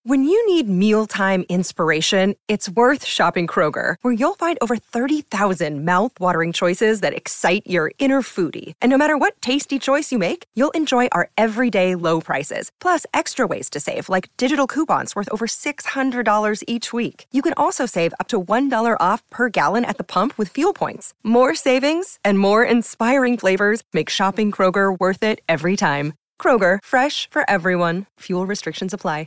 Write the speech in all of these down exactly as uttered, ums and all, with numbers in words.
When you need mealtime inspiration, it's worth shopping Kroger, where you'll find over thirty thousand mouth-watering choices that excite your inner foodie. And no matter what tasty choice you make, you'll enjoy our everyday low prices, plus extra ways to save, like digital coupons worth over six hundred dollars each week. You can also save up to one dollar off per gallon at the pump with fuel points. More savings and more inspiring flavors make shopping Kroger worth it every time. Kroger, fresh for everyone. Fuel restrictions apply.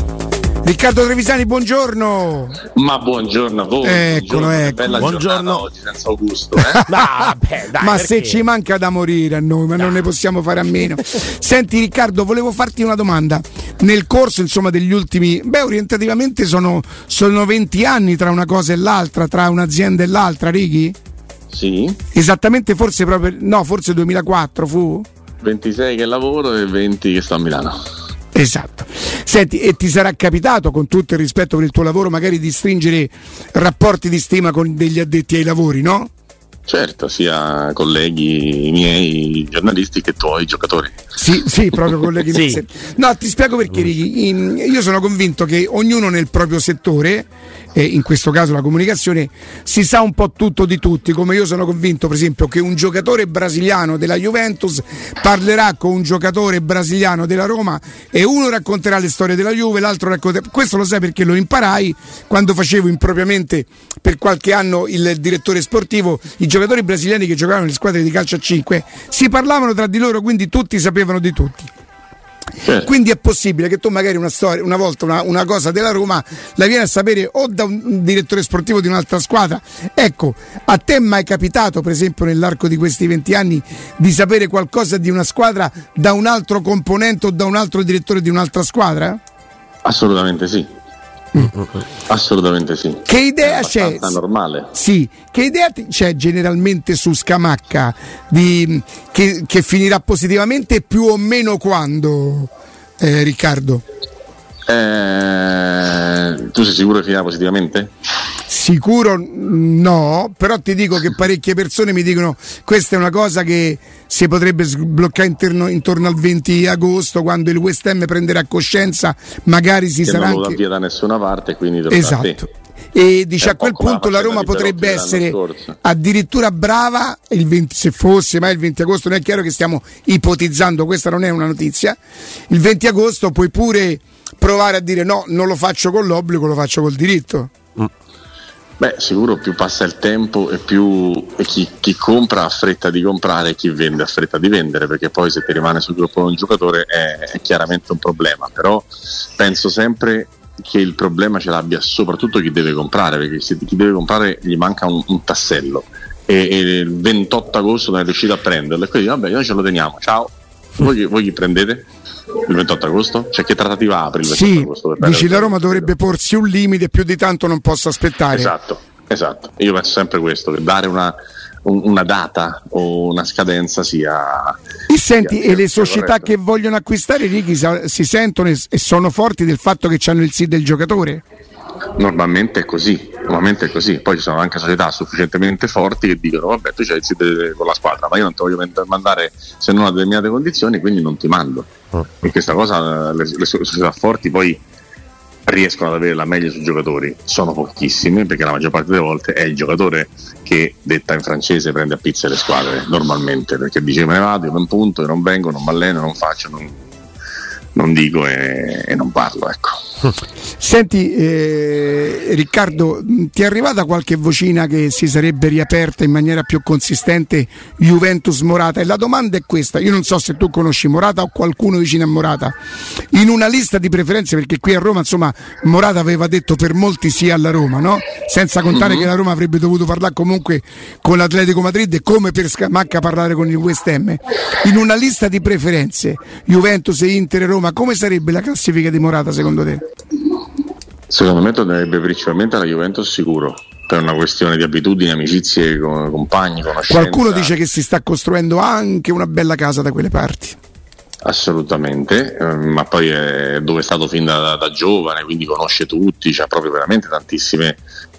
Riccardo Trevisani, buongiorno. Ma buongiorno a voi. Eccolo, ecco. Bella buongiorno oggi senza Augusto. Eh? ah, beh, dai, ma perché? Se ci manca da morire a noi, ma dai. Non ne possiamo fare a meno. Senti Riccardo, volevo farti una domanda. Nel corso insomma degli ultimi, beh orientativamente sono, sono venti anni tra una cosa e l'altra, tra un'azienda e l'altra, Righi? Sì. Esattamente, forse proprio, no, forse duemilaquattro fu? ventisei che lavoro e venti che sto a Milano. Esatto. Senti, e ti sarà capitato, con tutto il rispetto per il tuo lavoro, magari di stringere rapporti di stima con degli addetti ai lavori, no? Certo, sia colleghi miei giornalisti che tuoi giocatori. Sì, sì, proprio colleghi sì. miei. No, ti spiego perché, Ricky. Io sono convinto che ognuno nel proprio settore, eh, in questo caso la comunicazione, si sa un po' tutto di tutti, come io sono convinto per esempio che un giocatore brasiliano della Juventus parlerà con un giocatore brasiliano della Roma e uno racconterà le storie della Juve, l'altro racconterà. Questo lo sai perché lo imparai quando facevo impropriamente per qualche anno il direttore sportivo. I giocatori brasiliani che giocavano nelle squadre di calcio a cinque si parlavano tra di loro, quindi tutti sapevano di tutti. Certo. Quindi è possibile che tu magari una storia, una volta una, una cosa della Roma la vieni a sapere o da un direttore sportivo di un'altra squadra. Ecco, a te è mai capitato per esempio nell'arco di questi venti anni di sapere qualcosa di una squadra da un altro componente o da un altro direttore di un'altra squadra? Assolutamente sì. Mm. Assolutamente sì. Che idea è c'è? Normale. Sì, che idea c'è generalmente su Scamacca di, che, che finirà positivamente più o meno quando, eh, Riccardo? Eh, tu sei sicuro che finirà positivamente? Sicuro no, però ti dico che parecchie persone mi dicono questa è una cosa che si potrebbe sbloccare interno, intorno al venti agosto, quando il West Ham prenderà coscienza, magari si che sarà non lo anche dà via da nessuna parte, quindi esatto. E dice a quel punto la Roma potrebbe essere addirittura brava il venti, se fosse mai il venti agosto, non è chiaro che stiamo ipotizzando, questa non è una notizia, il venti agosto puoi pure provare a dire no, non lo faccio con l'obbligo, lo faccio col diritto. Mm. Beh, sicuro più passa il tempo e più e chi, chi compra ha fretta di comprare e chi vende ha fretta di vendere, perché poi se ti rimane sul gruppo un giocatore è, è chiaramente un problema, però penso sempre che il problema ce l'abbia soprattutto chi deve comprare, perché se chi deve comprare gli manca un, un tassello e, e il ventotto agosto non è riuscito a prenderlo e quindi vabbè noi ce lo teniamo, ciao, voi, voi chi prendete? Il ventotto agosto? Cioè che trattativa apri il ventotto sì, agosto? Per dici la Roma dovrebbe porsi un limite, più di tanto non posso aspettare. Esatto, esatto. Io penso sempre questo, che dare una, un, una data o una scadenza sia... E senti, sia, e le sia società corretto. che vogliono acquistare, Ricky, si sentono e, e sono forti del fatto che hanno il sì del giocatore? Normalmente è così, normalmente è così. Poi ci sono anche società sufficientemente forti che dicono vabbè tu c'hai il sito con la squadra, ma io non ti voglio mandare se non a determinate condizioni, quindi non ti mando. Oh. E questa cosa le, le società forti poi riescono ad avere la meglio sui giocatori, sono pochissime perché la maggior parte delle volte è il giocatore che, detta in francese, prende a pizze le squadre normalmente, perché dice me ne vado, io non punto, io non vengo, non mi alleno, non faccio, non, non dico e, e non parlo, ecco. Senti eh, Riccardo, ti è arrivata qualche vocina che si sarebbe riaperta in maniera più consistente Juventus Morata? E la domanda è questa, io non so se tu conosci Morata o qualcuno vicino a Morata, in una lista di preferenze, perché qui a Roma insomma Morata aveva detto per molti sì alla Roma, no? Senza contare mm-hmm. che la Roma avrebbe dovuto parlare comunque con l'Atletico Madrid, come per Scamacca parlare con il West Ham. In una lista di preferenze Juventus, Inter e Roma, come sarebbe la classifica di Morata secondo te? Secondo me tornerebbe principalmente alla Juventus sicuro, per una questione di abitudini, amicizie, compagni, conoscenze. Qualcuno dice che si sta costruendo anche una bella casa da quelle parti. Assolutamente, eh, ma poi è dove è stato fin da, da giovane, quindi conosce tutti, c'ha proprio veramente tantissime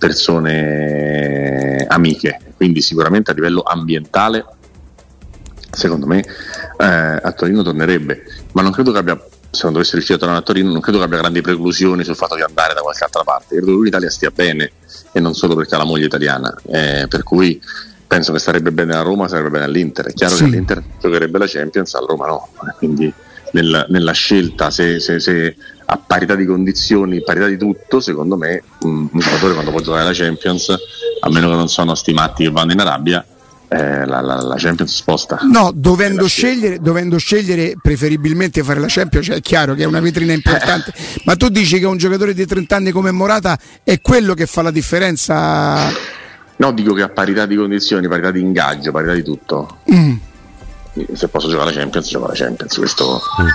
persone amiche, quindi sicuramente a livello ambientale secondo me eh, a Torino tornerebbe, ma non credo che abbia se non dovesse riuscire a tornare a Torino, non credo che abbia grandi preclusioni sul fatto di andare da qualche altra parte. Credo che lui in Italia stia bene, e non solo perché ha la moglie italiana, eh, per cui penso che starebbe bene a Roma, sarebbe bene all'Inter. È chiaro, sì, che l'Inter giocherebbe la Champions, al Roma no, quindi nel, nella scelta, se, se, se a parità di condizioni, parità di tutto, secondo me un, un giocatore quando può giocare la Champions, a meno che non sono sti matti che vanno in Arabia, Eh, la, la, la Champions sposta. No, dovendo scegliere, dovendo scegliere preferibilmente fare la Champions, cioè è chiaro che è una vetrina importante, ma tu dici che un giocatore di trenta anni come Morata è quello che fa la differenza? No, dico che a parità di condizioni, parità di ingaggio, parità di tutto, mm. se posso giocare la Champions, gioco la Champions, questo mm.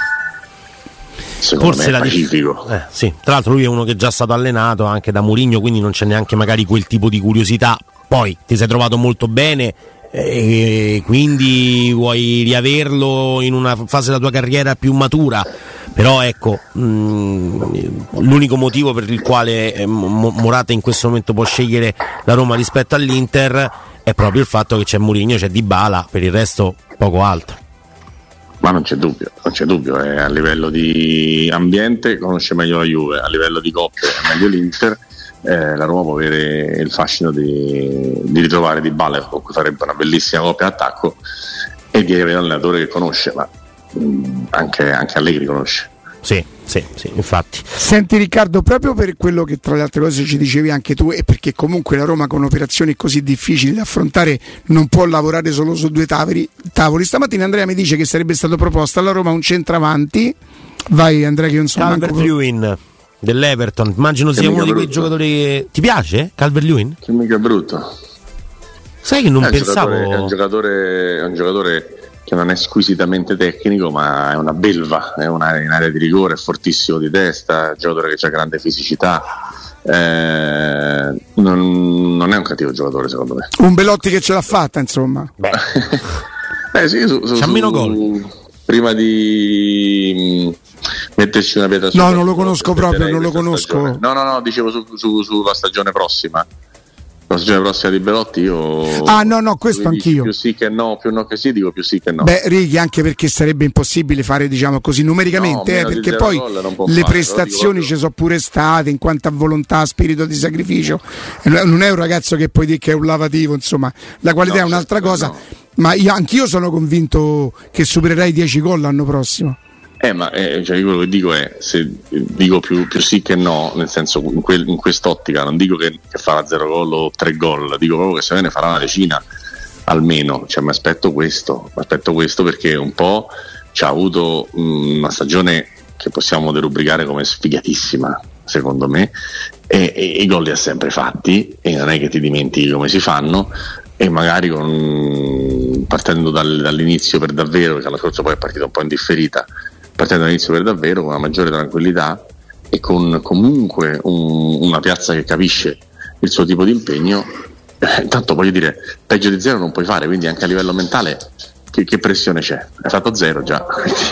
secondo forse me è la pacifico. Dif- eh, sì. Tra l'altro lui è uno che è già stato allenato anche da Mourinho, quindi non c'è neanche magari quel tipo di curiosità. Poi ti sei trovato molto bene e quindi vuoi riaverlo in una fase della tua carriera più matura, però ecco, mh, l'unico motivo per il quale eh, Morata in questo momento può scegliere la Roma rispetto all'Inter è proprio il fatto che c'è Mourinho, c'è Dybala, per il resto poco altro. Ma non c'è dubbio, non c'è dubbio, eh, a livello di ambiente conosce meglio la Juve, a livello di coppe è meglio l'Inter. Eh, la Roma può avere il fascino di, di ritrovare Dybala, con cui farebbe una bellissima coppia d'attacco, e di avere un allenatore che conosce, ma mh, anche, anche Allegri conosce. Sì, sì, sì, infatti. Senti Riccardo, proprio per quello che tra le altre cose ci dicevi anche tu, e perché comunque la Roma con operazioni così difficili da affrontare non può lavorare solo su due tavoli, tavoli. Stamattina Andrea mi dice che sarebbe stato proposto alla Roma un centravanti. Vai Andrea, che io non so Calvert-Lewin dell'Everton, immagino sia uno di quei giocatori che... Ti piace Calvert-Lewin? Che mica brutto. Sai che non è pensavo giocatore, è un giocatore è un giocatore che non è squisitamente tecnico, ma è una belva, è una, in area di rigore, è fortissimo di testa, è un giocatore che ha grande fisicità, eh, non, non è un cattivo giocatore secondo me. Un Belotti che ce l'ha fatta, insomma. Beh. eh sì, su, su, c'ha su, meno gol. Prima di metterci una pietra no, non lo conosco proprio, non lo conosco. Stagione. No, no, no, dicevo su, su, sulla stagione prossima. La stagione prossima di Belotti io... Ah no, no, questo anch'io. Più sì che no, più no che sì, dico più sì che no. Beh, Righi, anche perché sarebbe impossibile fare, diciamo così, numericamente, no, eh, perché poi le fare, prestazioni ci sono pure state in quanto a volontà, spirito di sacrificio. Non è un ragazzo che puoi dire che è un lavativo, insomma, la qualità no, è un'altra cosa, no. Ma io, anch'io sono convinto che supererai i dieci gol l'anno prossimo. Eh, ma eh, cioè, quello che dico è, se dico più, più sì che no, nel senso in, quel, in quest'ottica, non dico che, che farà zero gol o tre gol, dico proprio che se ne farà una decina almeno, cioè mi aspetto questo, mi aspetto questo perché un po' ci ha avuto mh, una stagione che possiamo derubricare come sfigatissima, secondo me, e, e, e i gol li ha sempre fatti e non è che ti dimentichi come si fanno, e magari con, partendo dal, dall'inizio per davvero, perché l'anno scorso poi è partito un po' in differita, partendo dall'inizio per davvero con una maggiore tranquillità e con comunque un, una piazza che capisce il suo tipo di impegno, eh, tanto voglio dire, peggio di zero non puoi fare, quindi anche a livello mentale che, che pressione c'è? Hai fatto zero già.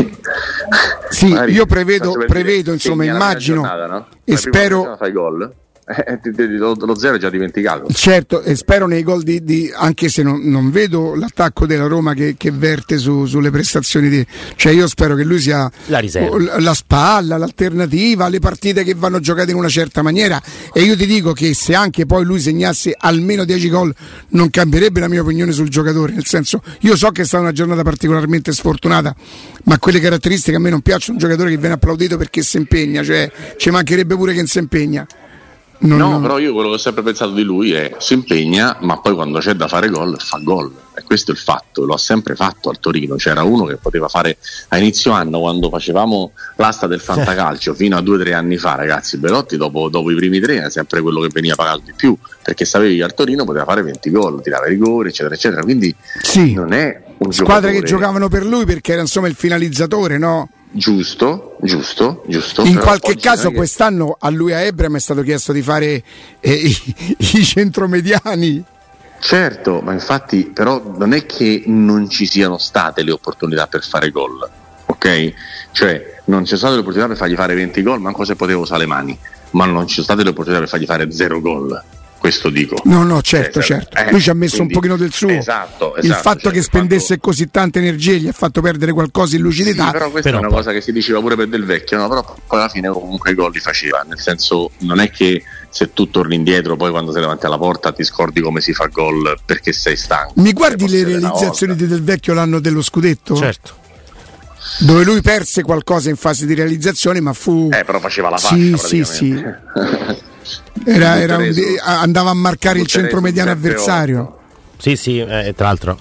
Sì, io prevedo, prevedo insomma, immagino giornata, no? E spero fai gol. Eh, lo zero è già dimenticato. Certo, e spero nei gol di, di anche se non, non vedo l'attacco della Roma che, che verte su, sulle prestazioni di, cioè io spero che lui sia la, la spalla, l'alternativa, le partite che vanno giocate in una certa maniera, e io ti dico che se anche poi lui segnasse almeno dieci gol non cambierebbe la mia opinione sul giocatore, nel senso, io so che è stata una giornata particolarmente sfortunata, ma quelle caratteristiche a me non piacciono, un giocatore che viene applaudito perché si impegna, cioè ci mancherebbe pure che si impegna. Non, no, non... però io quello che ho sempre pensato di lui è si impegna, ma poi quando c'è da fare gol fa gol, e questo è il fatto, lo ha sempre fatto al Torino. C'era uno che poteva fare a inizio anno, quando facevamo l'asta del fantacalcio fino a due o tre anni fa, ragazzi, Belotti dopo, dopo i primi tre era sempre quello che veniva pagato di più, perché sapevi che al Torino poteva fare venti gol, tirava i rigori eccetera eccetera, quindi sì, non è un squadre giocatore... che giocavano per lui perché era insomma il finalizzatore, no? Giusto, giusto, giusto. In qualche caso quest'anno a lui, a Ebram, è stato chiesto di fare eh, i, i centromediani. Certo, ma infatti però non è che non ci siano state le opportunità per fare gol, ok? Cioè non ci sono state le opportunità per fargli fare venti gol, manco se potevo usare le mani, ma non ci sono state le opportunità per fargli fare zero gol. questo dico. No, no, certo, eh, certo. Eh, Lui ci ha messo quindi, un pochino del suo. Esatto, esatto. Il fatto cioè, che spendesse fatto... così tante energie gli ha fatto perdere qualcosa in lucidità. Sì, però questa però è una poi... cosa che si diceva pure per Del Vecchio, no? Però poi alla fine comunque i gol li faceva, nel senso non è che se tu torni indietro poi quando sei davanti alla porta ti scordi come si fa gol perché sei stanco. Mi guardi le realizzazioni di Del Vecchio l'anno dello scudetto? Certo. Dove lui perse qualcosa in fase di realizzazione, ma fu... Eh, però faceva la faccia, sì, praticamente. sì, sì. Era, era un, andava a marcare il centro mediano avversario. Sì, sì, eh, tra l'altro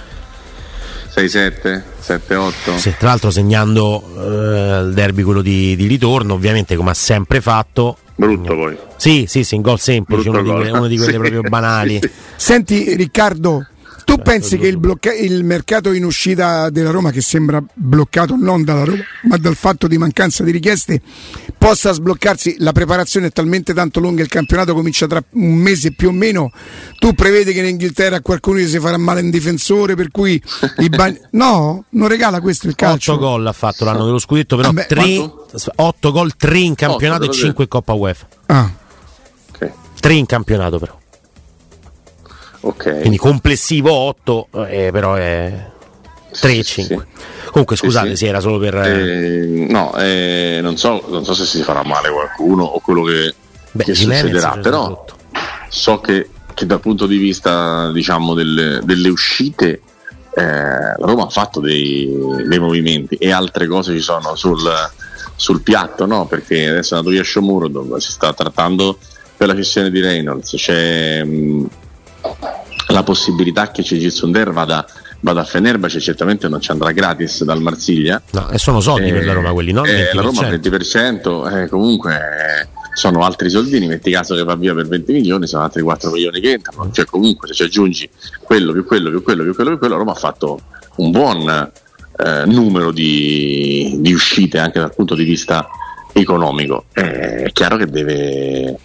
sei sette, sette otto. Sì, tra l'altro segnando eh, il derby quello di, di ritorno, ovviamente come ha sempre fatto. Brutto poi. Sì, sì, sì, un gol semplice, uno di, quelle, uno di quelle sì, proprio banali. sì. Senti Riccardo, tu pensi che il, blocca- il mercato in uscita della Roma, che sembra bloccato non dalla Roma ma dal fatto di mancanza di richieste, possa sbloccarsi? La preparazione è talmente tanto lunga, il campionato comincia tra un mese più o meno. Tu prevedi che in Inghilterra qualcuno gli si farà male in difensore, per cui i bagni... no, non regala questo il calcio. otto gol ha fatto l'anno dello scudetto, però Vabbè, otto gol, tre in campionato otto, e cinque in Coppa UEFA. Ah. Okay. tre in campionato però. Ok. Quindi complessivo otto, eh, però è tre e cinque. Sì. Comunque scusate, sì, sì. Sì, era solo per eh, no, eh, non so, non so se si farà male qualcuno o quello che, Beh, che succederà, però so che, che dal punto di vista, diciamo, delle, delle uscite eh, la Roma ha fatto dei, dei movimenti e altre cose ci sono sul, sul piatto, no? Perché adesso è andato via Sciomuro, dove si sta trattando per la cessione di Reynolds, c'è mh, la possibilità che Cegil Sunder vada, vada a Fenerbahce, certamente non ci andrà gratis dal Marsiglia. No, e sono soldi eh, per la Roma quelli, no? Eh, la Roma venti per cento, eh, comunque eh, sono altri soldini, metti caso che va via per venti milioni, sono altri quattro milioni che entrano, cioè comunque se ci aggiungi quello più quello più quello più quello più quello, Roma ha fatto un buon eh, numero di, di uscite anche dal punto di vista economico. Eh, è chiaro che deve...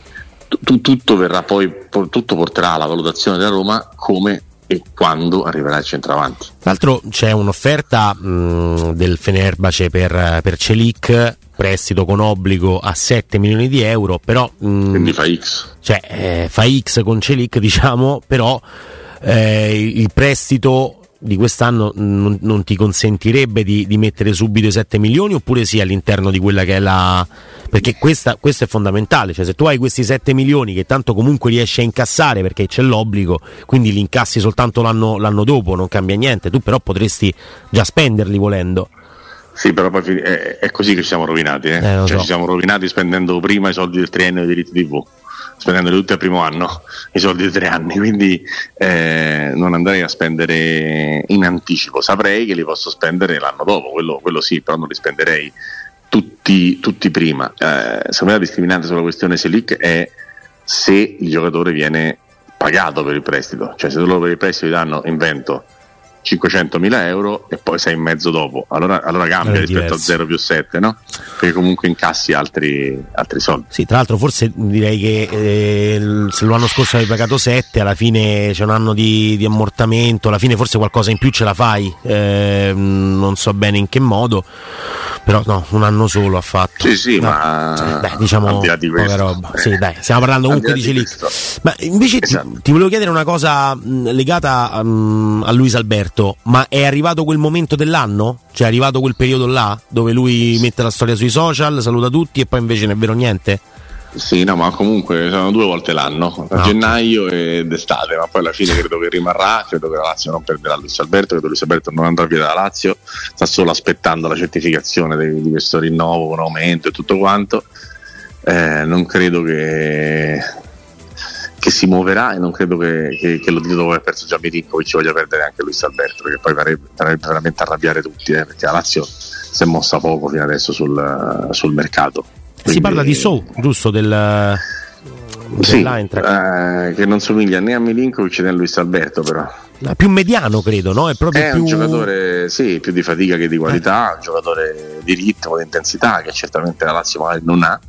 tutto verrà poi, tutto porterà alla valutazione della Roma come e quando arriverà il centravanti. Tra l'altro c'è un'offerta mh, del Fenerbahce per, per Celik, prestito con obbligo a sette milioni di euro, però mh, quindi fa X, cioè eh, fa X con Celik, diciamo, però eh, il prestito di quest'anno non, non ti consentirebbe di, di mettere subito i sette milioni, oppure sì all'interno di quella che è la... perché questa, questo è fondamentale, cioè se tu hai questi sette milioni che tanto comunque riesci a incassare perché c'è l'obbligo, quindi li incassi soltanto l'anno, l'anno dopo, non cambia niente, tu però potresti già spenderli volendo. Sì, però poi è, è così che ci siamo rovinati, eh? Eh, cioè so. ci siamo rovinati spendendo prima i soldi del triennio dei diritti tivù, spendendoli tutti al primo anno, i soldi di tre anni, quindi eh, non andrei a spendere in anticipo, saprei che li posso spendere l'anno dopo, quello, quello sì, però non li spenderei tutti, tutti prima. Eh, secondo me la discriminante sulla questione Celik è se il giocatore viene pagato per il prestito, cioè se loro per il prestito gli danno, invento, cinquecentomila euro e poi sei in mezzo dopo, allora, allora cambia rispetto diverso. A zero più sette, no? Perché comunque incassi altri, altri soldi. Sì, tra l'altro forse direi che eh, se l'anno scorso hai pagato sette, alla fine c'è un anno di, di ammortamento, alla fine forse qualcosa in più ce la fai, eh, non so bene in che modo, però no, un anno solo ha fatto. Sì, sì, no, ma cioè, dai, diciamo di poca roba. Eh. Sì, dai, stiamo parlando comunque di Celik. Ma invece esatto. ti, ti volevo chiedere una cosa mh, legata mh, a Luis Alberto. Ma è arrivato quel momento dell'anno? Cioè è arrivato quel periodo là dove lui mette la storia sui social, saluta tutti e poi invece non è vero niente? Sì, no, ma comunque sono due volte l'anno, a ah, gennaio okay. ed estate, ma poi alla fine credo che rimarrà, credo che la Lazio non perderà Luis Alberto, credo che Luis Alberto non andrà via dalla Lazio, sta solo aspettando la certificazione di, di questo rinnovo con aumento e tutto quanto. Eh, non credo che che si muoverà e non credo che, che, che lo dito dopo aver perso già Milinkovic ci voglia perdere anche Luis Alberto, perché poi farebbe, farebbe veramente arrabbiare tutti, eh, perché la Lazio si è mossa poco fino adesso sul, sul mercato. Quindi, si parla di Sou, giusto, del, sì, eh, che non somiglia né a Milinkovic né a Luis Alberto, però più mediano credo, no? È proprio è più... un giocatore sì, più di fatica che di qualità, eh. un giocatore di ritmo, di intensità che certamente la Lazio magari non ha,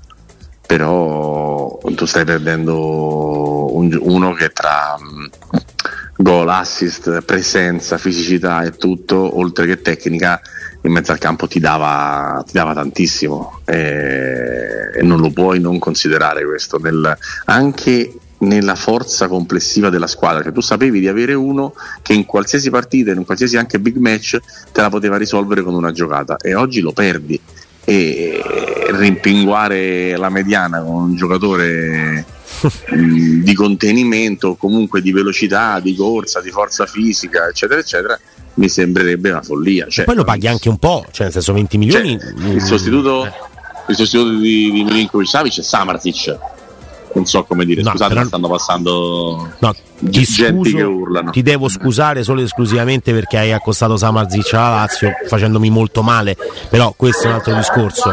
però tu stai perdendo un, uno che tra um, gol, assist, presenza, fisicità e tutto, oltre che tecnica, in mezzo al campo ti dava, ti dava tantissimo, e, e non lo puoi non considerare questo nel, anche nella forza complessiva della squadra, cioè tu sapevi di avere uno che in qualsiasi partita, in qualsiasi anche big match te la poteva risolvere con una giocata, e oggi lo perdi, e rimpinguare la mediana con un giocatore mh, di contenimento, comunque di velocità, di corsa, di forza fisica, eccetera eccetera, mi sembrerebbe una follia. Cioè, poi lo paghi anche un po', cioè nel senso venti milioni. Cioè, il sostituto, il sostituto di, di Milinkovic-Savic è Samardzic. Non so come dire, no, scusate, però... stanno passando no, ti gente scuso, che urlano. Ti devo scusare solo ed esclusivamente perché hai accostato Samardzic alla Lazio facendomi molto male, però questo è un altro discorso.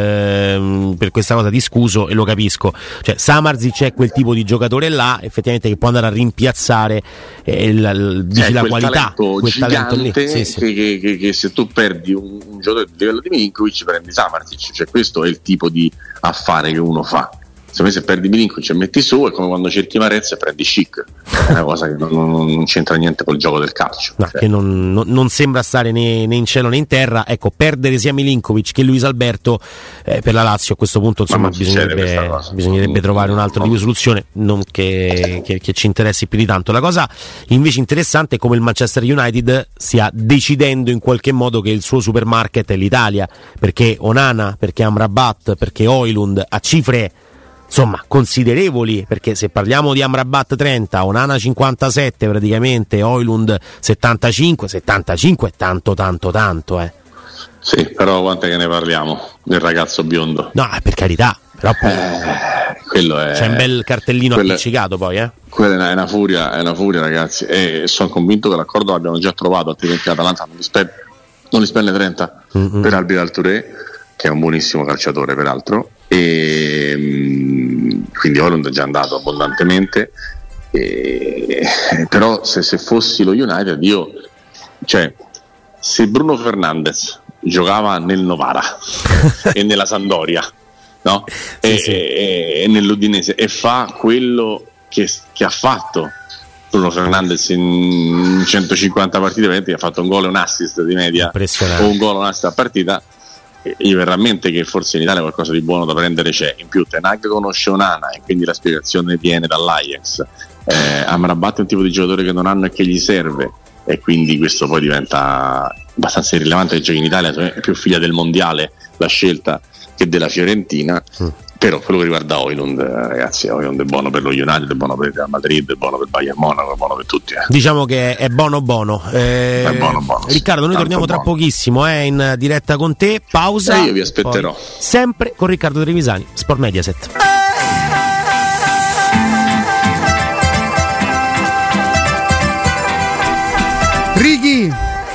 Ehm, per questa cosa ti scuso e lo capisco. Cioè, Samardzic è quel tipo di giocatore là, effettivamente, che può andare a rimpiazzare eh, il, il, dici, la qualità, quel talento lì. Sì, sì. Che, che, che, che se tu perdi un, un giocatore di livello di Milinkovic prendi Samardzic, cioè questo è il tipo di affare che uno fa. Secondo me se perdi Milinkovic e metti su è come quando cerchi Marezza e prendi Schick, è una cosa che non, non, non c'entra niente col gioco del calcio, no, cioè. Che non, non, non sembra stare né, né in cielo né in terra. Ecco, perdere sia Milinkovic che Luis Alberto eh, per la Lazio a questo punto, insomma, bisognerebbe, bisognerebbe trovare un altro tipo di soluzione, non che, che, che ci interessi più di tanto. La cosa invece interessante è come il Manchester United stia decidendo in qualche modo che il suo supermarket è l'Italia, perché Onana, perché Amrabat, perché Højlund a cifre insomma considerevoli, perché se parliamo di Amrabat trenta, Onana cinquantasette praticamente, Højlund settantacinque, settantacinque è tanto tanto tanto eh. Sì, però quante che ne parliamo del ragazzo biondo? No, per carità, però eh, quello è, c'è un bel cartellino quello, appiccicato poi eh. Quella è una, è una furia, è una furia ragazzi, e sono convinto che l'accordo l'abbiamo già trovato, altrimenti l'Atalanta non li spende, non li spende trenta mm-hmm. per Albert Touré, che è un buonissimo calciatore peraltro, e quindi Højlund è già andato abbondantemente, e, però se, se fossi lo United io, cioè se Bruno Fernandes giocava nel Novara e nella Sampdoria, no? Sì, e, sì. E, e nell'Udinese, e fa quello che, che ha fatto Bruno Fernandes in centocinquanta partite, veramente ha fatto un gol e un assist di media, o un gol e un assist a partita, gli verrà a mente che forse in Italia qualcosa di buono da prendere c'è. In più Ten Hag conosce Onana e quindi la spiegazione viene dall'Ajax. eh, Amrabat è un tipo di giocatore che non hanno e che gli serve, e quindi questo poi diventa abbastanza irrilevante che giochi in Italia. È più figlia del mondiale la scelta che della Fiorentina. mm. Però quello che riguarda Højlund, ragazzi, Højlund è buono per lo United, è buono per il Real Madrid, è buono per il Bayern Monaco, è buono per tutti. Eh. Diciamo che è buono buono. Eh, è buono buono. Riccardo, noi torniamo tra buono. pochissimo eh, in diretta con te, pausa. E io vi aspetterò. Sempre con Riccardo Trevisani, Sport Mediaset. Ricky!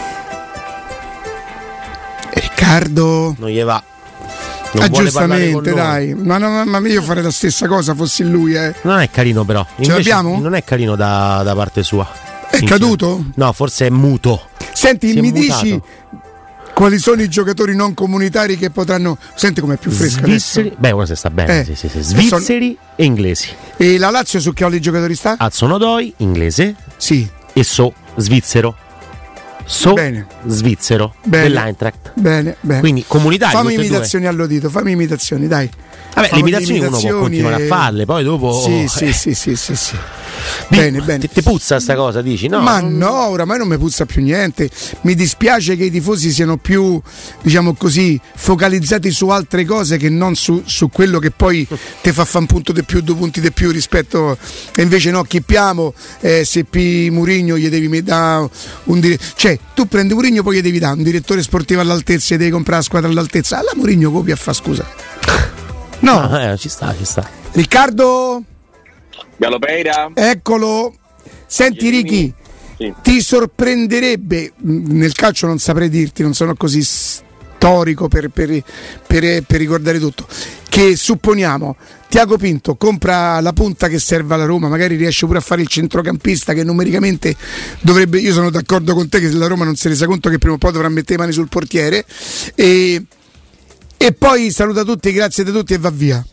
Riccardo! Non gli va. Ah, giustamente, dai, ma, no, ma io farei la stessa cosa fossi lui, eh. Non è carino, però. Ce l'abbiamo? Non è carino da, da parte sua. È sincero. Caduto? No, forse è muto. Senti, si mi dici quali sono i giocatori non comunitari che potranno. Senti com'è più fresca Svizzeri. adesso. Beh, questo sta bene. Eh. Sì, sì, sì. Svizzeri sono... e inglesi. E la Lazio su che di giocatori sta? Azonodoi, inglese. Sì. E So, svizzero. So bene. Svizzero bene. dell'Eintracht. Bene, bene. Quindi comunitari. Fammi imitazioni all'udito, fammi imitazioni, dai. Vabbè, le imitazioni, imitazioni uno può continuare e... a farle, poi dopo. Sì, sì, eh. sì, sì, sì, sì. Bene, Ti, bene. Ti puzza sta cosa, dici? No. Ma no, oramai non mi puzza più niente. Mi dispiace che i tifosi siano più, diciamo così, focalizzati su altre cose che non su, su quello che poi ti fa fare un punto di più, due punti di più rispetto. E invece no, chippiamo, eh, se P Mourinho gli devi dare un dire... Cioè, tu prendi Mourinho, poi gli devi dare un direttore sportivo all'altezza e devi comprare la squadra all'altezza. Alla Mourinho copia a fa scusa. No, no eh, ci sta, ci sta. Riccardo Galopeira. Eccolo. Senti Ricky, sì. Ti sorprenderebbe, nel calcio non saprei dirti, non sono così storico per, per, per, per ricordare tutto, che supponiamo Tiago Pinto compra la punta che serve alla Roma, magari riesce pure a fare il centrocampista che numericamente dovrebbe, io sono d'accordo con te che la Roma non si resa conto che prima o poi dovrà mettere le mani sul portiere, e, e poi saluta tutti, grazie a tutti e va via.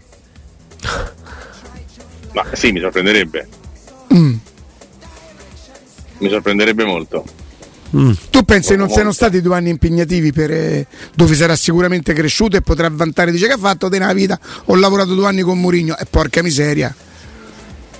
Ma sì, mi sorprenderebbe. Mm. Mi sorprenderebbe molto. Mm. Tu pensi che non siano stati due anni impegnativi per, eh, dove sarà sicuramente cresciuto e potrà vantare, dice che ha fatto nella vita, ho lavorato due anni con Mourinho e porca miseria.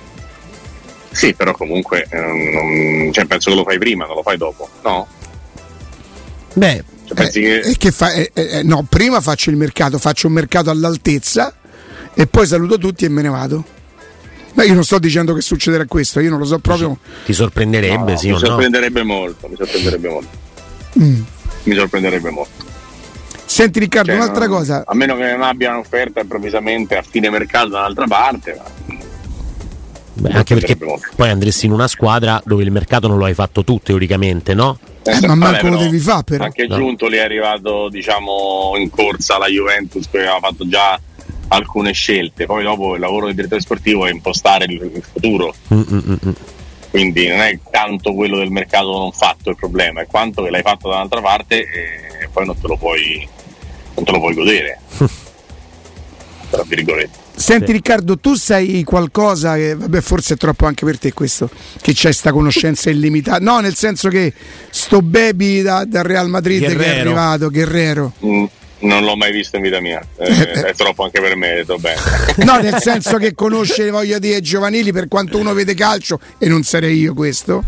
Sì, però comunque eh, non, cioè, penso che lo fai prima, non lo fai dopo, no? Beh, cioè, pensi eh, che... che fa, eh, eh, no, prima faccio il mercato, faccio un mercato all'altezza e poi saluto tutti e me ne vado. Ma io non sto dicendo che succederà questo, io non lo so proprio. Ti sorprenderebbe, no, sì mi o sorprenderebbe no? molto, mi sorprenderebbe molto. Mm. Mi sorprenderebbe molto. Senti Riccardo, Cioè, un'altra non, cosa. A meno che non abbia un'offerta improvvisamente a fine mercato da un'altra parte, ma... Beh, anche perché poi andresti in una squadra dove il mercato non lo hai fatto tu teoricamente, no? Eh, ma manco lo devi fare però. Anche no. Giuntoli è arrivato, diciamo, in corsa alla Juventus, che aveva fatto già alcune scelte, poi dopo il lavoro del direttore sportivo è impostare il, il futuro. Mm-mm-mm. Quindi non è tanto quello del mercato non fatto il problema, è quanto che l'hai fatto da un'altra parte e poi non te lo puoi non te lo puoi godere. Tra virgolette. Senti sì. Riccardo, tu sai qualcosa che, vabbè, forse è troppo anche per te questo, che c'è sta conoscenza illimitata, no, nel senso che sto baby da, dal Real Madrid Guerrero. che è arrivato, Guerrero. Mm, non l'ho mai visto in vita mia, eh, è troppo anche per me, detto bene. No, nel senso che conosce, voglio dire, giovanili, per quanto uno vede calcio, e non sarei io questo,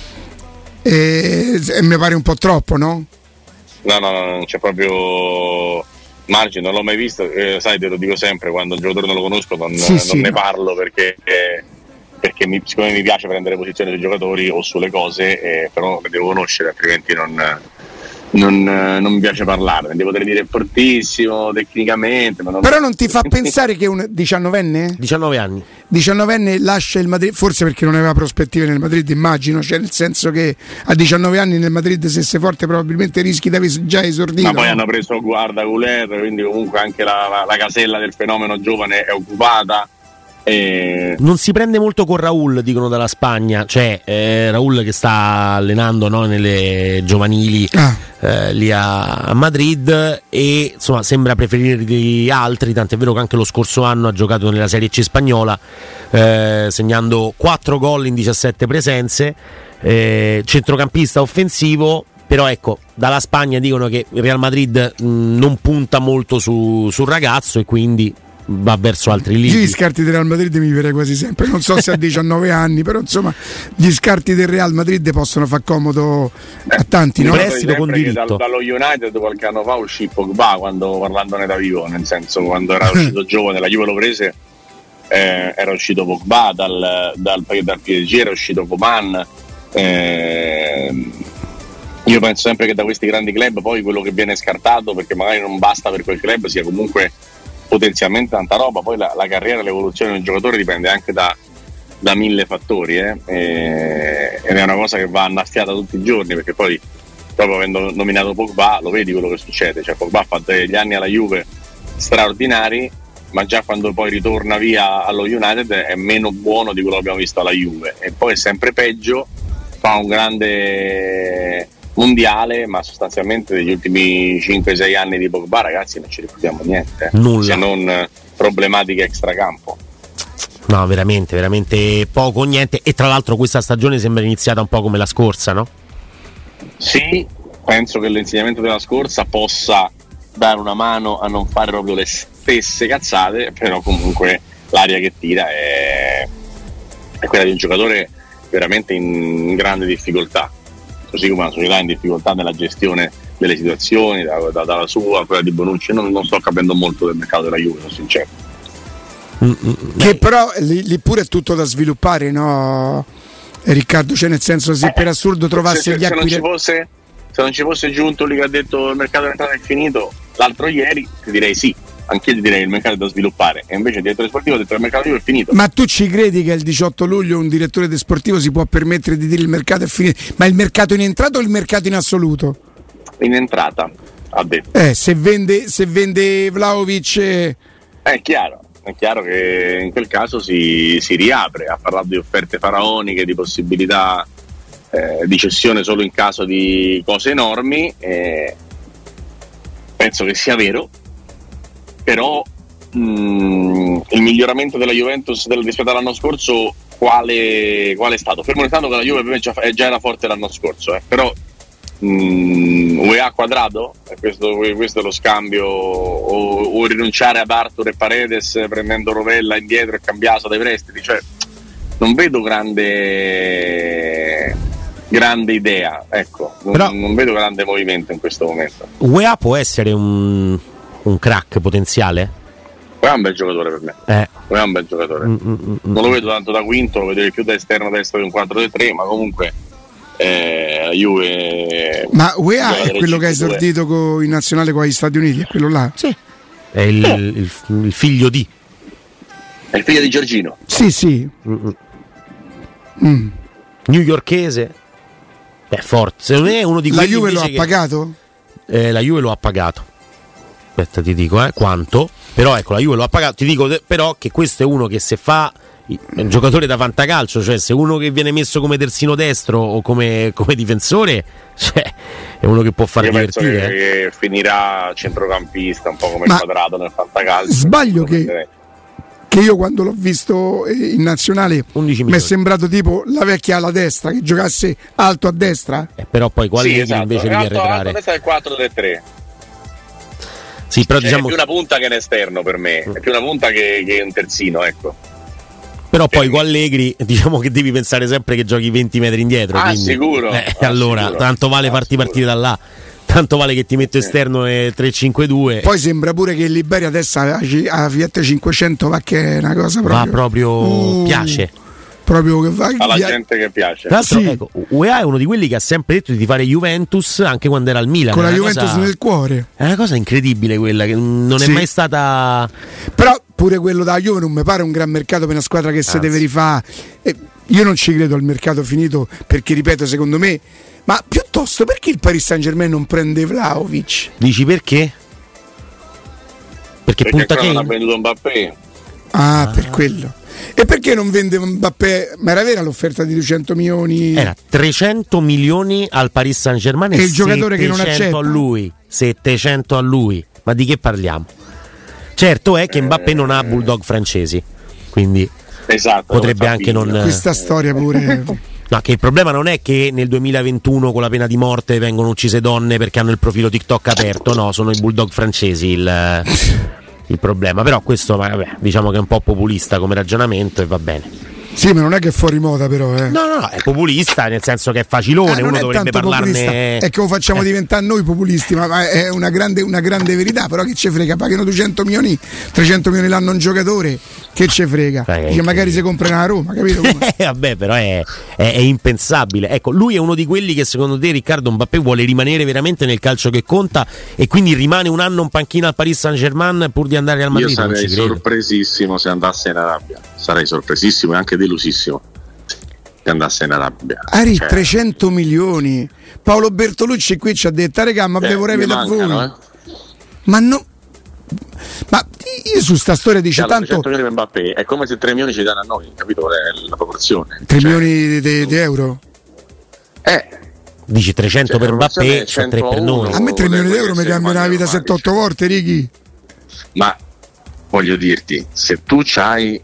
e, e mi pare un po' troppo, no? No, no, no, non c'è proprio margine, non l'ho mai visto, eh, sai, te lo dico sempre, quando un giocatore non lo conosco non, Sì, non sì, ne no. parlo perché, eh, perché mi, siccome mi piace prendere posizione sui giocatori o sulle cose, eh, però le devo conoscere, altrimenti non, non, non mi piace parlare, devo poter dire fortissimo tecnicamente, ma non... Però non ti fa pensare che un diciannovenne? diciannove anni. diciannovenne lascia il Madrid, forse perché non aveva prospettive nel Madrid, immagino, cioè nel senso che a diciannove anni nel Madrid, se sei forte, probabilmente rischi di aver già esordito. Ma poi no? hanno preso Guarda Guler, quindi comunque anche la, la, la casella del fenomeno giovane è occupata. E... Non si prende molto con Raul, dicono dalla Spagna, cioè eh, Raul che sta allenando, no, nelle giovanili Ah. eh, lì a, a Madrid, e insomma sembra preferire gli altri, tant'è vero che anche lo scorso anno ha giocato nella Serie C spagnola, eh, segnando quattro gol in diciassette presenze, eh, centrocampista offensivo. Però ecco, dalla Spagna dicono che il Real Madrid mh, non punta molto su, sul ragazzo e quindi va verso altri Io lidi. gli scarti del Real Madrid mi verrei quasi sempre, non so se a diciannove anni, però insomma gli scarti del Real Madrid possono far comodo a tanti, no? Prestito con diritto. Dal, dallo United qualche anno fa uscì Pogba, quando parlandone da vivo, nel senso, quando era uscito giovane, la Juve lo prese, eh, era uscito Pogba, dal, dal, dal P S G era uscito Coman. eh, io penso sempre che da questi grandi club poi quello che viene scartato, perché magari non basta per quel club, sia comunque potenzialmente tanta roba. Poi la, la carriera, l'evoluzione del giocatore dipende anche da, da mille fattori, eh? e, ed è una cosa che va annaffiata tutti i giorni, perché poi proprio avendo nominato Pogba lo vedi quello che succede, cioè Pogba fa degli anni alla Juve straordinari, ma già quando poi ritorna via allo United è meno buono di quello che abbiamo visto alla Juve, e poi è sempre peggio, fa un grande mondiale, ma sostanzialmente degli ultimi cinque sei anni di Pogba, ragazzi, non ci ricordiamo niente, Nulla. se non problematiche extracampo. No, veramente, veramente poco o niente. E tra l'altro questa stagione sembra iniziata un po' come la scorsa, no? Sì, penso che l'insegnamento della scorsa possa dare una mano a non fare proprio le stesse cazzate, però comunque l'aria che tira è, è quella di un giocatore veramente in grande difficoltà, così come la società è in difficoltà nella gestione delle situazioni, da, da, dalla sua, quella di Bonucci. Non, non sto capendo molto del mercato della Juve, sono sincero. Che però lì, lì pure è tutto da sviluppare, no, Riccardo? Cioè, nel senso, se per assurdo trovasse se, se, gli se, non acquirenti, ci fosse, se non ci fosse Giuntoli che ha detto il mercato dell'entrata è finito l'altro ieri, ti direi sì, anche io ti direi il mercato è da sviluppare, e invece il direttore sportivo ha detto che il mercato è finito. ma tu ci credi che il diciotto luglio un direttore de sportivo si può permettere di dire il mercato è finito? Ma il mercato in entrata o il mercato in assoluto? In entrata, ha detto. Eh, se vende, se vende Vlahovic, eh... È chiaro, è chiaro che in quel caso si, si riapre. Ha parlato di offerte faraoniche, di possibilità eh, di cessione solo in caso di cose enormi. Eh, penso che sia vero, però mh, il miglioramento della Juventus del, rispetto all'anno scorso quale, quale è stato? Fermo restando che la Juve per me già, già era forte l'anno scorso, eh, però Mm, U E A quadrato, questo, questo è lo scambio, o, o rinunciare ad Arthur e Paredes prendendo Rovella indietro e Cambiaso dai prestiti, cioè non vedo grande grande idea, ecco, non, Però, non vedo grande movimento in questo momento. U E A può essere un, un crack potenziale? U E A è un bel giocatore per me, Eh. U E A è un bel giocatore, Mm, mm, mm, non lo vedo tanto da quinto, lo vedo più da esterno destro di un quattro tre tre, ma comunque eh, Juve. Ma U E A è quello che ha esordito co- in nazionale con gli Stati Uniti, è quello là? Sì. È il, il, il figlio di. È il figlio di Giorgino. Sì, sì. Mm-mm. Mm. Newyorkese. È forte. Secondo me è uno di La quelli Juve lo ha che, pagato? Eh, la Juve lo ha pagato. Aspetta, ti dico eh, quanto. Però ecco, la Juve lo ha pagato. Ti dico de- però che questo è uno che se fa è un giocatore da fantacalcio, cioè se uno che viene messo come terzino destro o come, come difensore, cioè è uno che può far Io divertire. penso che, che finirà centrocampista, un po' come Ma Quadrato nel fantacalcio. sbaglio che, che io quando l'ho visto in nazionale mi è sembrato tipo la vecchia alla destra che giocasse alto a destra. Eh, però poi quale sì, esatto. invece di arretrare. Questa è il quattro tre tre. Sì, però cioè, diciamo è più una punta che un esterno per me, è più una punta che, che un terzino, ecco. Però poi con Allegri diciamo che devi pensare sempre che giochi venti metri indietro. Ah, quindi, sicuro. Eh, ah, allora, sicuro. tanto vale ah, farti sicuro. partire da là. Tanto vale che ti metto esterno e tre cinque due. Poi sembra pure che Liberia adesso ha la Fiat cinquecento, va che è una cosa proprio. Va proprio uh, piace. Proprio che va alla via... gente che piace. Tra l'altro, sì. ecco, U E A è uno di quelli che ha sempre detto di fare Juventus anche quando era al Milan. con la È una Juventus cosa... nel cuore. È una cosa incredibile quella che non Sì. è mai stata. Però pure quello da Juve non mi pare un gran mercato per una squadra che si deve rifare. Eh, io non ci credo al mercato finito perché, ripeto, secondo me, ma piuttosto perché il Paris Saint-Germain non prende Vlahovic? Dici perché? Perché, Perché punta ancora non ha Kane. venduto Mbappé. Ah, ah, per quello. E perché non vende Mbappé? Ma era vera l'offerta di duecento milioni? Era trecento milioni al Paris Saint-Germain e, E il giocatore che non settecento accetta? a lui. settecento a lui. Ma di che parliamo? Certo è che Mbappé non ha bulldog francesi, quindi Esatto, potrebbe anche non. Questa storia pure. No, che il problema non è che nel duemilaventuno con la pena di morte vengono uccise donne perché hanno il profilo TikTok aperto, no, sono i bulldog francesi il, il problema. Però questo vabbè, diciamo che è un po' populista come ragionamento e va bene. Sì, ma non è che è fuori moda, però. Eh. No, no, no, è populista nel senso che è facilone, Ah, non uno è dovrebbe tanto parlarne. populista, è che lo facciamo Eh. diventare noi populisti, ma, ma è una grande, una grande verità. Però che ci frega? Pagano duecento milioni, trecento milioni l'anno un giocatore, che ci frega? Dai, Dice, magari si comprano a Roma, capito? come? Eh, vabbè, però è, è, è impensabile. Ecco, lui è uno di quelli che secondo te, Riccardo Mbappé, vuole rimanere veramente nel calcio che conta e quindi rimane un anno in panchina al Paris Saint-Germain pur di andare al Madrid. Io Non sarei ci credo. sorpresissimo se andasse in Arabia, sarei sorpresissimo e anche delusissimo se andasse in Arabia. Ari, Cioè, trecento milioni. Paolo Bertolucci qui ci ha detto, regà, ma eh, ve vorrei mi vedere voi. mancano, eh. Ma no. Ma io su sta storia dice Cioè, tanto trecento milioni per Mbappé è come se tre milioni ci danno a noi, capito? Qual è la proporzione? tre Cioè, milioni di, di euro. Eh, Dici trecento Cioè, per la Mbappé, proporzione è cioè tre per cento a noi. uno. A me tre milioni di euro mi se cambiano la vita mangiano sette otto volte, Righi. ma voglio dirti, se tu c'hai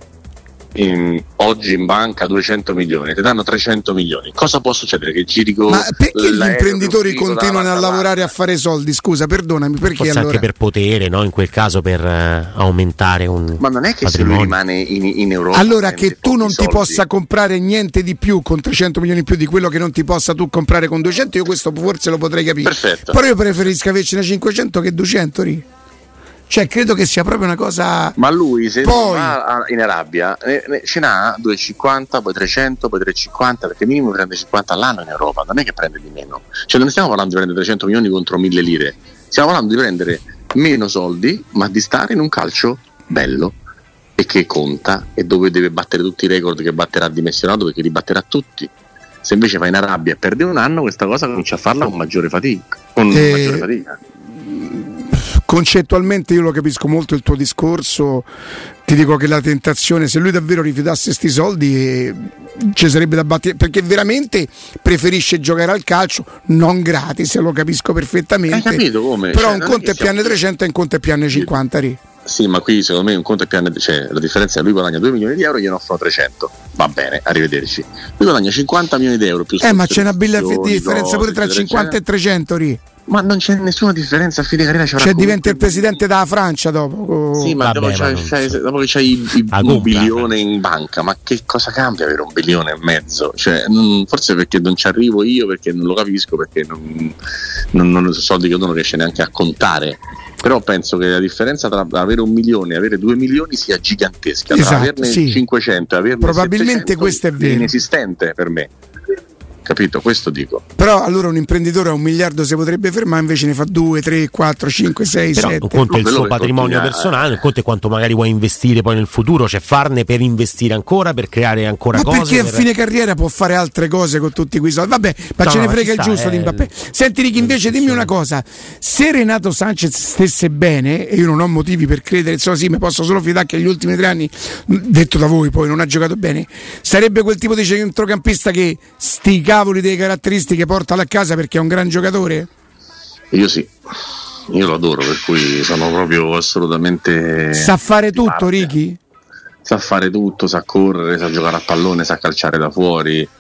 in, oggi in banca duecento milioni, ti danno trecento milioni, cosa può succedere? Che giri con Ma perché gli l'aereo imprenditori che uscito continuano a dalla lavorare a Atalanta? fare soldi? Scusa, perdonami, perché Forse allora? anche per potere, no? In quel caso per eh, aumentare un Ma non è che se lui patrimonio. rimane in, in Europa Allora prende che tu pochi non ti soldi. possa comprare niente di più con trecento milioni in più di quello che non ti possa tu comprare con duecento, io questo forse lo potrei capire. Perfetto. Però io preferisco avercene cinquecento che duecento, Ri. Cioè credo che sia proprio una cosa. Ma lui se Poi- va a- in Arabia ne, ne- ce n'ha duecentocinquanta, poi trecento, poi trecentocinquanta, perché minimo prende cinquanta all'anno in Europa, non è che prende di meno. Cioè non stiamo parlando di prendere trecento milioni contro mille lire, stiamo parlando di prendere meno soldi, ma di stare in un calcio bello e che conta e dove deve battere tutti i record che batterà dimensionato, perché li batterà tutti. Se invece va in Arabia e perde un anno, questa cosa comincia a farla con maggiore fatica. Con Eh, maggiore fatica. Concettualmente io lo capisco molto il tuo discorso, ti dico che la tentazione, se lui davvero rifiutasse sti soldi, eh, ci sarebbe da battere, perché veramente preferisce giocare al calcio non gratis, lo capisco perfettamente. Hai capito come? Però Cioè, un non è conto che è piano siamo- trecento e un conto è piano cinquanta, Ri. Sì, ma qui secondo me un conto è piano, cioè la differenza è che lui guadagna due milioni di euro e gliene offrono trecento. Va bene, arrivederci. Lui guadagna cinquanta milioni di euro più Eh, ma c'è una bella sponsorizzazioni, differenza pure tra cose, cinquanta e eccetera, trecento, Ri. Ma non c'è nessuna differenza a fine carriera. Cioè diventa il presidente della Francia dopo. Sì, ma, Vabbè, dopo, ma c'hai, non c'hai, so. dopo che c'hai il, il, Ah, un compra. bilione in banca, ma che cosa cambia avere un bilione e mezzo? Cioè, non, forse perché non ci arrivo io, perché non lo capisco, perché non, non, non sono soldi che uno non riesce neanche a contare. Però penso che la differenza tra avere un milione e avere due milioni sia gigantesca. Esatto, tra averne sì. cinquecento e averne Probabilmente settecento questo è vero. inesistente per me. Capito? Questo dico. Però allora un imprenditore a un miliardo si potrebbe fermare, invece ne fa due, tre, quattro, cinque, sei, Però un sette. conto è il Quello suo che patrimonio continua- personale, un conto è quanto magari vuoi investire poi nel futuro, cioè farne per investire ancora, per creare ancora Ma cose. perché a per- fine carriera può fare altre cose con tutti quei soldi? Vabbè, ma No, ce ne no, frega ci il sta, giusto eh, di Mbappé. Senti Ricky, invece dimmi una cosa: se Renato Sanchez stesse bene, e io non ho motivi per credere, insomma sì, mi posso solo fidare che gli ultimi tre anni, detto da voi poi, non ha giocato bene, sarebbe quel tipo di centrocampista che sti cavoli delle caratteristiche porta alla casa perché è un gran giocatore? Io sì, io lo adoro, per cui sono proprio assolutamente. Sa fare di tutto, parte. Ricky? Sa fare tutto, sa correre, sa giocare a pallone, sa calciare da fuori, eh,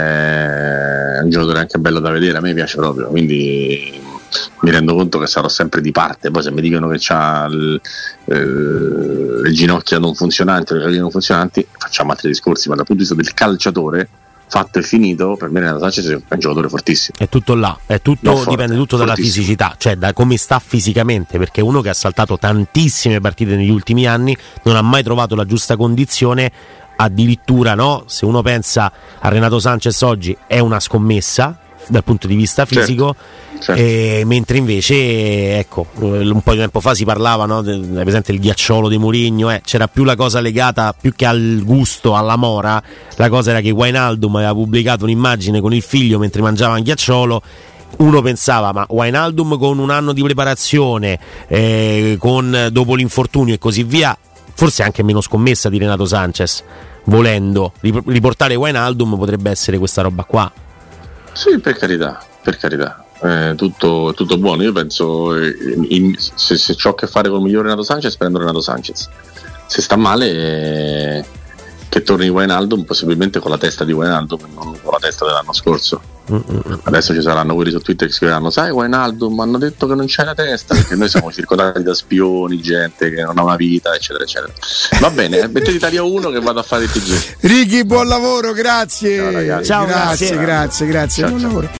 è un giocatore anche bello da vedere, a me piace proprio, quindi mi rendo conto che sarò sempre di parte. Poi se mi dicono che c'ha il, eh, le ginocchia non funzionanti, le caviglie non funzionanti, facciamo altri discorsi, ma dal punto di vista del calciatore fatto e finito, per me Renato Sanchez è un giocatore fortissimo. È tutto là, è tutto, No, forte, dipende tutto dalla fortissimo. fisicità, cioè da come sta fisicamente, perché uno che ha saltato tantissime partite negli ultimi anni non ha mai trovato la giusta condizione, addirittura no, se uno pensa a Renato Sanchez oggi è una scommessa dal punto di vista fisico. Certo. E mentre invece ecco un po' di tempo fa si parlava, no, del, è presente il ghiacciolo di Mourinho, eh, c'era più la cosa legata più che al gusto, alla mora, la cosa era che Wijnaldum aveva pubblicato un'immagine con il figlio mentre mangiava un ghiacciolo. Uno pensava, ma Wijnaldum con un anno di preparazione, eh, con dopo l'infortunio e così via, forse anche meno scommessa di Renato Sanchez, volendo riportare Wijnaldum potrebbe essere questa roba qua. Sì, per carità, per carità. Eh, tutto, tutto buono. Io penso eh, in, se, se ho a che fare con il migliore Renato Sanchez, prendo Renato Sanchez. Se sta male, eh, che torni Wijnaldum, possibilmente con la testa di Wijnaldum, non con la testa dell'anno scorso. Mm-mm. Adesso ci saranno quelli su Twitter che scriveranno: sai Wijnaldum, hanno detto che non c'è la testa, perché noi siamo circondati da spioni, gente che non ha una vita, eccetera eccetera. Va bene, mettete Italia uno che vado a fare il T G. Ricky, buon lavoro, grazie. Ciao, ragazzi. Ciao, grazie, grazie. grazie, grazie, Ciao, buon ciao. lavoro.